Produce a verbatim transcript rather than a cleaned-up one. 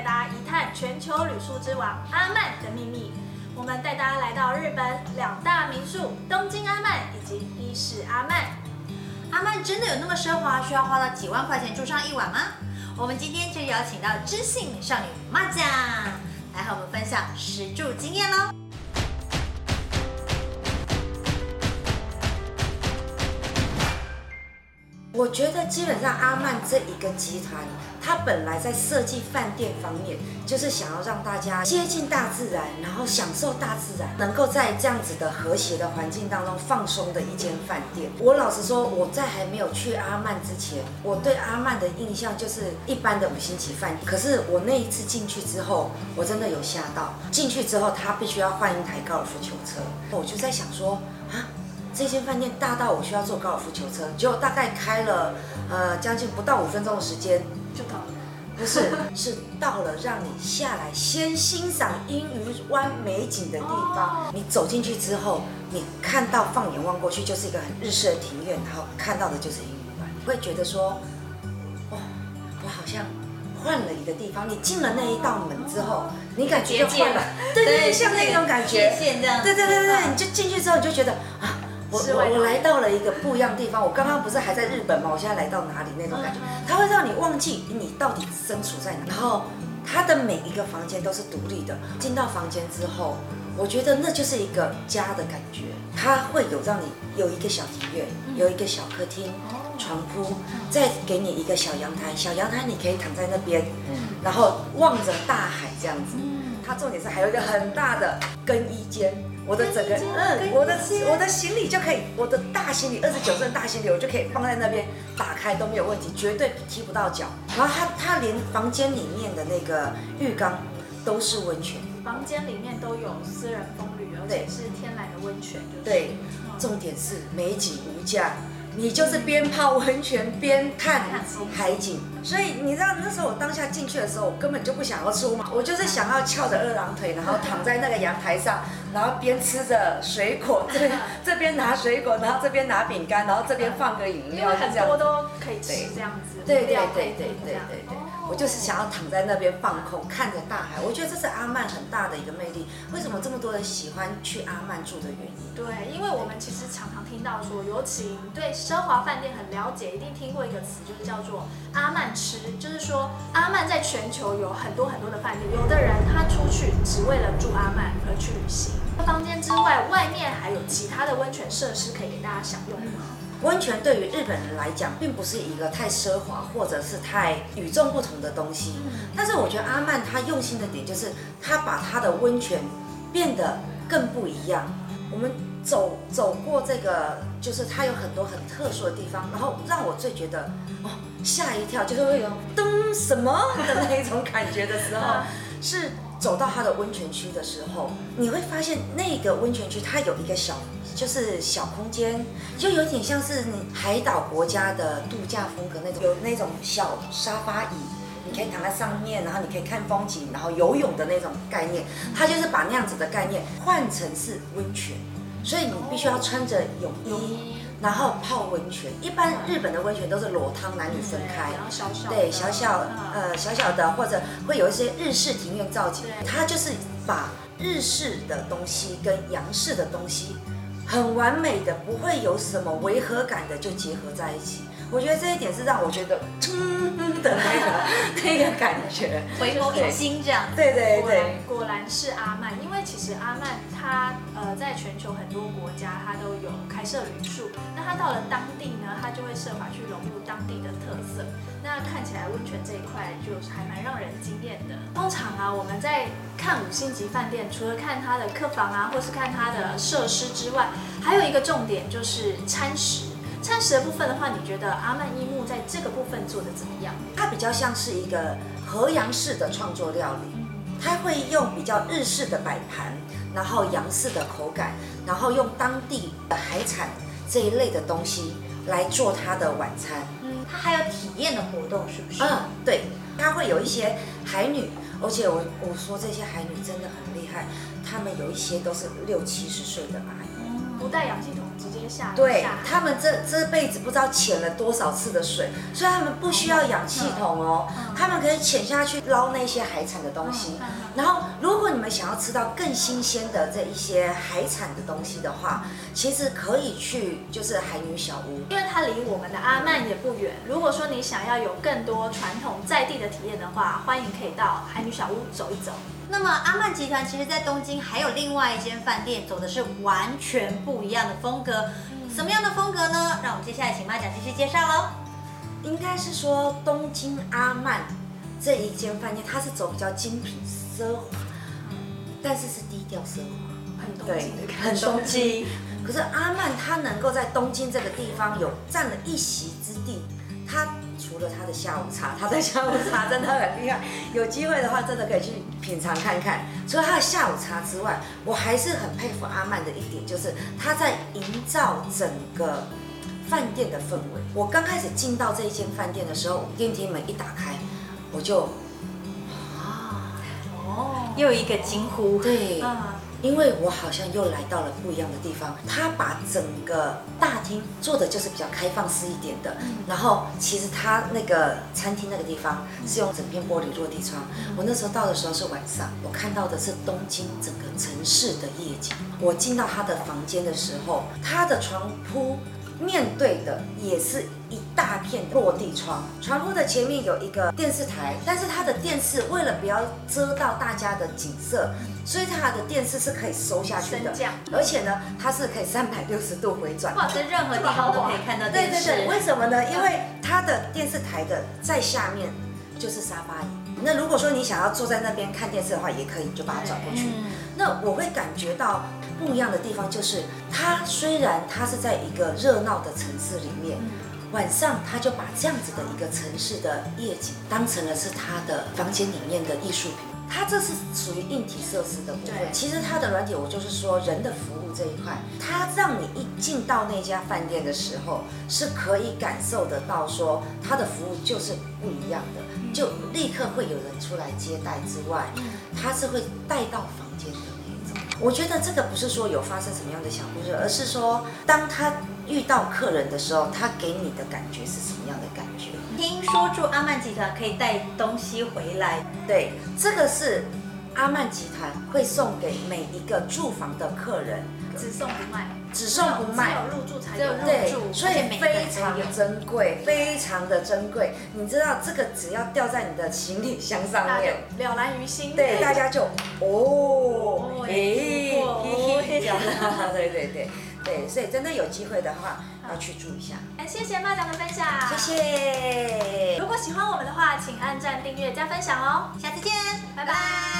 带大家一探全球旅宿之王阿曼的秘密。我们带大家来到日本两大名宿东京阿曼以及伊势阿曼。 阿曼真的有那么奢华，需要花到几万块钱住上一晚吗？我们今天就邀请到知性美少女麻酱来和我们分享实住经验喽。 我觉得基本上阿曼这一个集团，它本来在设计饭店方面，就是想要让大家接近大自然，然后享受大自然，能够在这样子的和谐的环境当中放松的一间饭店。我老实说，我在还没有去阿曼之前，我对阿曼的印象就是一般的五星级饭店。可是我那一次进去之后，我真的有吓到。进去之后，他必须要换一台高尔夫球车，我就在想说啊。这间饭店大到我需要坐高尔夫球车，结果大概开了呃将近不到五分钟的时间就到了， 不是是到了让你下来先欣赏英鱼湾美景的地方。你走进去之后，你看到放眼望过去就是一个很日式的庭院，然后看到的就是英鱼湾，你会觉得说，哦，我好像换了一个地方。你进了那一道门之后，你感觉就换了，对对对，像那种感觉， 这样， 对对对对，你就进去之后你就觉得啊。我我我来到了一个不一样的地方，我刚刚不是还在日本吗？我现在来到哪里那种感觉，它会让你忘记你到底身处在哪。然后它的每一个房间都是独立的，进到房间之后，我觉得那就是一个家的感觉。它会有让你有一个小庭院，有一个小客厅，床铺，再给你一个小阳台，小阳台你可以躺在那边，然后望着大海这样子。它重点是还有一个很大的更衣间。我的整个，嗯，我的我的行李就可以，我的大行李二十九寸大行李，我就可以放在那边，打开都没有问题，绝对踢不到脚。然后它它连房间里面的那个浴缸都是温泉， 房间里面都有私人风吕，而且是天然的温泉，就是对，重点是美景无价。你就是边泡温泉边看海景，所以你知道那时候我当下进去的时候，我根本就不想要出门，我就是想要翘着二郎腿，然后躺在那个阳台上，然后边吃着水果，这这边拿水果，然后这边拿饼干，然后这边放个饮料， 因为很多都可以吃这样子。 对对对对对对对，我就是想要躺在那边放空，看着大海。我觉得这是阿曼很大的一个魅力。为什么这么多人喜欢去阿曼住的原因？ 对，因为我们其实常常听到说，尤其对奢华饭店很了解，一定听过一个词，就是叫做阿曼吃，就是说阿曼在全球有很多很多的饭店，有的人他出去只为了住阿曼而去旅行。房间之外，外面还有其他的温泉设施可以给大家享用吗？ 温泉对于日本人来讲，并不是一个太奢华或者是太与众不同的东西。但是我觉得阿曼他用心的点就是，他把他的温泉变得更不一样。我们走走过这个，就是它有很多很特殊的地方，然后让我最觉得哦吓一跳，就是会有噔什么的那一种感觉的时候，是走到它的温泉区的时候，你会发现那个温泉区它有一个小。就是小空间，就有点像是海岛国家的度假风格那种，有那种小沙发椅，你可以躺在上面，然后你可以看风景，然后游泳的那种概念。它就是把那样子的概念换成是温泉，所以你必须要穿着泳衣，然后泡温泉。一般日本的温泉都是裸汤，男女分开，对，小小呃小小的，或者会有一些日式庭院造景。它就是把日式的东西跟洋式的东西。很完美的，不会有什么违和感的，就结合在一起。我觉得这一点是让我觉得，嗯的那个那个感觉， 回眸一新这样。 对对对， 果然是阿曼，因为其实阿曼它呃在全球很多国家它都有开设旅宿，那它到了当地呢，它就会设法去融入当地的特色。那看起来温泉这一块就还蛮让人惊艳的。通常啊，我们在看五星级饭店，除了看它的客房啊，或是看它的设施之外，还有一个重点就是餐食。餐食的部分的话，你觉得阿曼一木在这个部分做的怎么样？ 它比较像是一个和洋式的创作料理，它会用比较日式的摆盘，然后洋式的口感，然后用当地的海产这一类的东西来做它的晚餐。 嗯，它还有体验的活动，是不是？ 嗯，对，它会有一些海女，而且我我说这些海女真的很厉害，她们有一些都是六七十岁的阿姨。 不带氧气筒直接下对下海他们这这辈子不知道潜了多少次的水，所以他们不需要氧气筒哦， 嗯他们可以潜下去捞那些海产的东西。 嗯嗯然后，如果你们想要吃到更新鲜的这一些海产的东西的话，其实可以去就是海女小屋， 因为它离我们的阿曼也不远。如果说你想要有更多传统在地的体验的话，欢迎可以到海女小屋走一走。 那么阿曼集团其实在东京还有另外一间饭店，走的是完全不一样的风格。什么样的风格呢？让我们接下来请妈讲继续介绍喽。 应该是说东京阿曼这一间饭店，它是走比较精品奢华，但是是低调奢华， 很东对京的，感很觉东京。可是阿曼它能够在东京这个地方有占了一席之地，它除了它的下午茶，它的下午茶真的很厉害，有机会的话真的可以去品尝看看。除了它的下午茶之外，我还是很佩服阿曼的一点，就是它在营造整个饭店的氛围。我刚开始进到这一间饭店的时候，电梯门一打开，我就哦， 又一个惊呼， 对。 嗯， 因为我好像又来到了不一样的地方，他把整个大厅做的就是比较开放式一点的，然后其实他那个餐厅那个地方是用整片玻璃落地窗。我那时候到的时候是晚上，我看到的是东京整个城市的夜景。我进到他的房间的时候，他的床铺面对的也是一大片落地窗，床铺的前面有一个电视台，但是它的电视为了不要遮到大家的景色，所以它的电视是可以收下去的升降， 而且呢，它是可以三百六十度回转。 哇，在任何地方都可以看到电视。 对对对，为什么呢？因为它的电视台的在下面就是沙发椅。那如果说你想要坐在那边看电视的话，也可以，就把它转过去。 嗯那我会感觉到不一样的地方，就是它虽然它是在一个热闹的城市里面，晚上他就把这样子的一个城市的夜景当成了是他的房间里面的艺术品。它这是属于硬体设施的部分，其实它的软体，我就是说人的服务这一块，它让你一进到那家饭店的时候，是可以感受得到说它的服务就是不一样的，就立刻会有人出来接待之外，它是会带到房间的那一种。我觉得这个不是说有发生什么样的小故事，而是说当他遇到客人的时候，他给你的感觉是什么样的感觉？ 听说住阿曼集团可以带东西回来， 对，这个是阿曼集团会送给每一个住房的客人， 只送不卖， 只送不卖， 只有入住才只有有。 入对， 住所以而且每个人非常都有珍贵，非常的珍贵。你知道这个只要掉在你的行李箱上大家面， 就了然于心。 对，大家就哦，诶， 哦嘿嘿这样，对对对对，所以真的有机会的话，要去住一下。 哎，谢谢妈讲的分享， 谢谢。 如果喜欢我们的话，请按赞、订阅、加分享哦。 下次见， 拜拜。